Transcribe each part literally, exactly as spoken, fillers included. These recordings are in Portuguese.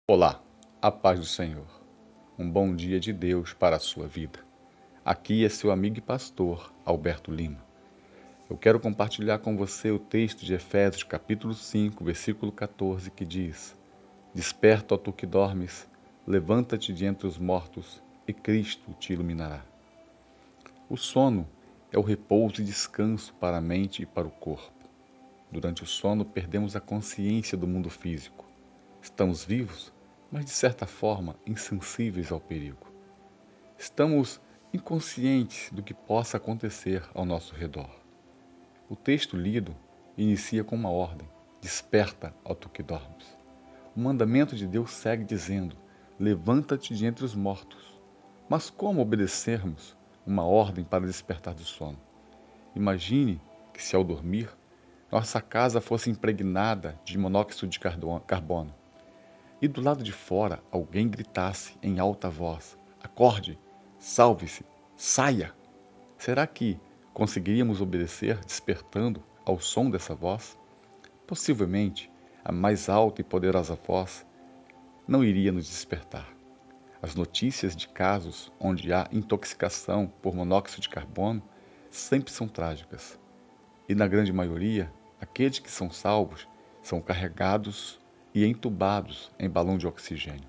Olá, a paz do Senhor. Um bom dia de Deus para a sua vida. Aqui é seu amigo e pastor, Alberto Lima. Eu quero compartilhar com você o texto de Efésios, capítulo cinco, versículo quatorze, que diz: Desperta, ó tu que dormes, levanta-te de entre os mortos, e Cristo te iluminará. O sono é o repouso e descanso para a mente e para o corpo. Durante o sono, perdemos a consciência do mundo físico. Estamos vivos, mas de certa forma insensíveis ao perigo. Estamos inconscientes do que possa acontecer ao nosso redor. O texto lido inicia com uma ordem: Desperta, ó tu que dormes. O mandamento de Deus segue dizendo: Levanta-te de entre os mortos. Mas como obedecermos uma ordem para despertar do sono? Imagine que, se ao dormir, nossa casa fosse impregnada de monóxido de carbono e do lado de fora alguém gritasse em alta voz: Acorde, salve-se, saia! Será que conseguiríamos obedecer despertando ao som dessa voz? Possivelmente, a mais alta e poderosa voz não iria nos despertar. As notícias de casos onde há intoxicação por monóxido de carbono sempre são trágicas. E na grande maioria, aqueles que são salvos são carregados e entubados em balão de oxigênio.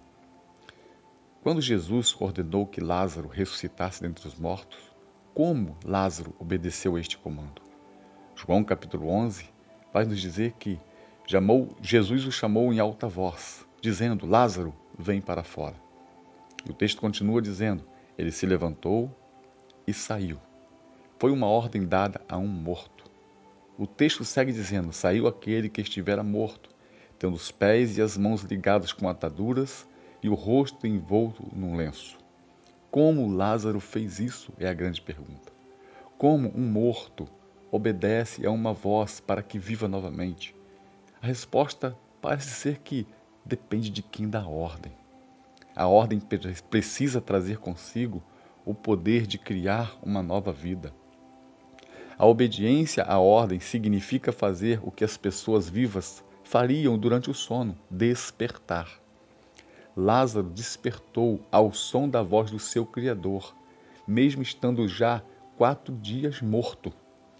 Quando Jesus ordenou que Lázaro ressuscitasse dentre os mortos, como Lázaro obedeceu a este comando? João capítulo onze vai nos dizer que chamou, Jesus o chamou em alta voz, dizendo: Lázaro, vem para fora. E o texto continua dizendo: ele se levantou e saiu. Foi uma ordem dada a um morto. O texto segue dizendo: saiu aquele que estivera morto, tendo os pés e as mãos ligados com ataduras e o rosto envolto num lenço. Como Lázaro fez isso é a grande pergunta. Como um morto obedece a uma voz para que viva novamente? A resposta parece ser que depende de quem dá a ordem. A ordem precisa trazer consigo o poder de criar uma nova vida. A obediência à ordem significa fazer o que as pessoas vivas fariam durante o sono: despertar. Lázaro despertou ao som da voz do seu Criador, mesmo estando já quatro dias morto.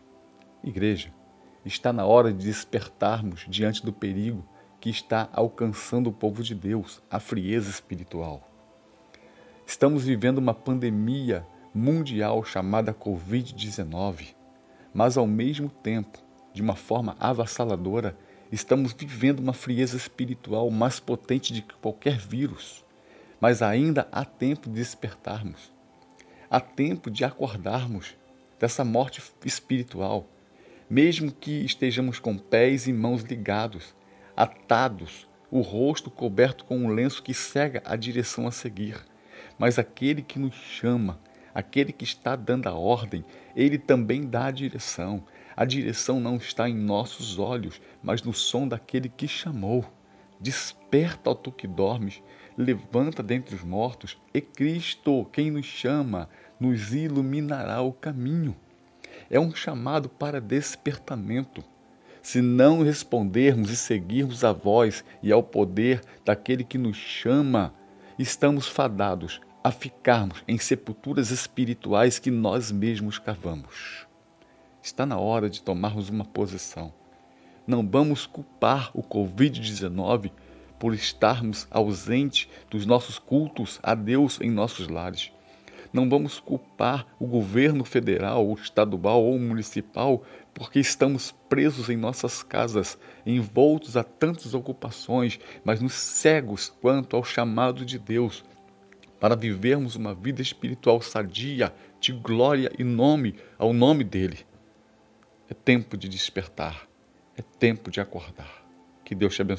Igreja, está na hora de despertarmos diante do perigo que está alcançando o povo de Deus, a frieza espiritual. Estamos vivendo uma pandemia mundial chamada covid dezenove. Mas, ao mesmo tempo, de uma forma avassaladora, estamos vivendo uma frieza espiritual mais potente de que qualquer vírus. Mas ainda há tempo de despertarmos. Há tempo de acordarmos dessa morte espiritual. Mesmo que estejamos com pés e mãos ligados, atados, o rosto coberto com um lenço que cega a direção a seguir. Mas aquele que nos chama, aquele que está dando a ordem, ele também dá a direção. A direção não está em nossos olhos, mas no som daquele que chamou. Desperta, ó tu que dormes, levanta dentre os mortos, e Cristo, quem nos chama, nos iluminará o caminho. É um chamado para despertamento. Se não respondermos e seguirmos a voz e ao poder daquele que nos chama, estamos fadados a ficarmos em sepulturas espirituais que nós mesmos cavamos. Está na hora de tomarmos uma posição. Não vamos culpar o covid dezenove por estarmos ausentes dos nossos cultos a Deus em nossos lares. Não vamos culpar o governo federal, ou estadual ou municipal porque estamos presos em nossas casas, envoltos a tantas ocupações, mas nos cegos quanto ao chamado de Deus para vivermos uma vida espiritual sadia, de glória e nome ao nome dele. É tempo de despertar, é tempo de acordar. Que Deus te abençoe.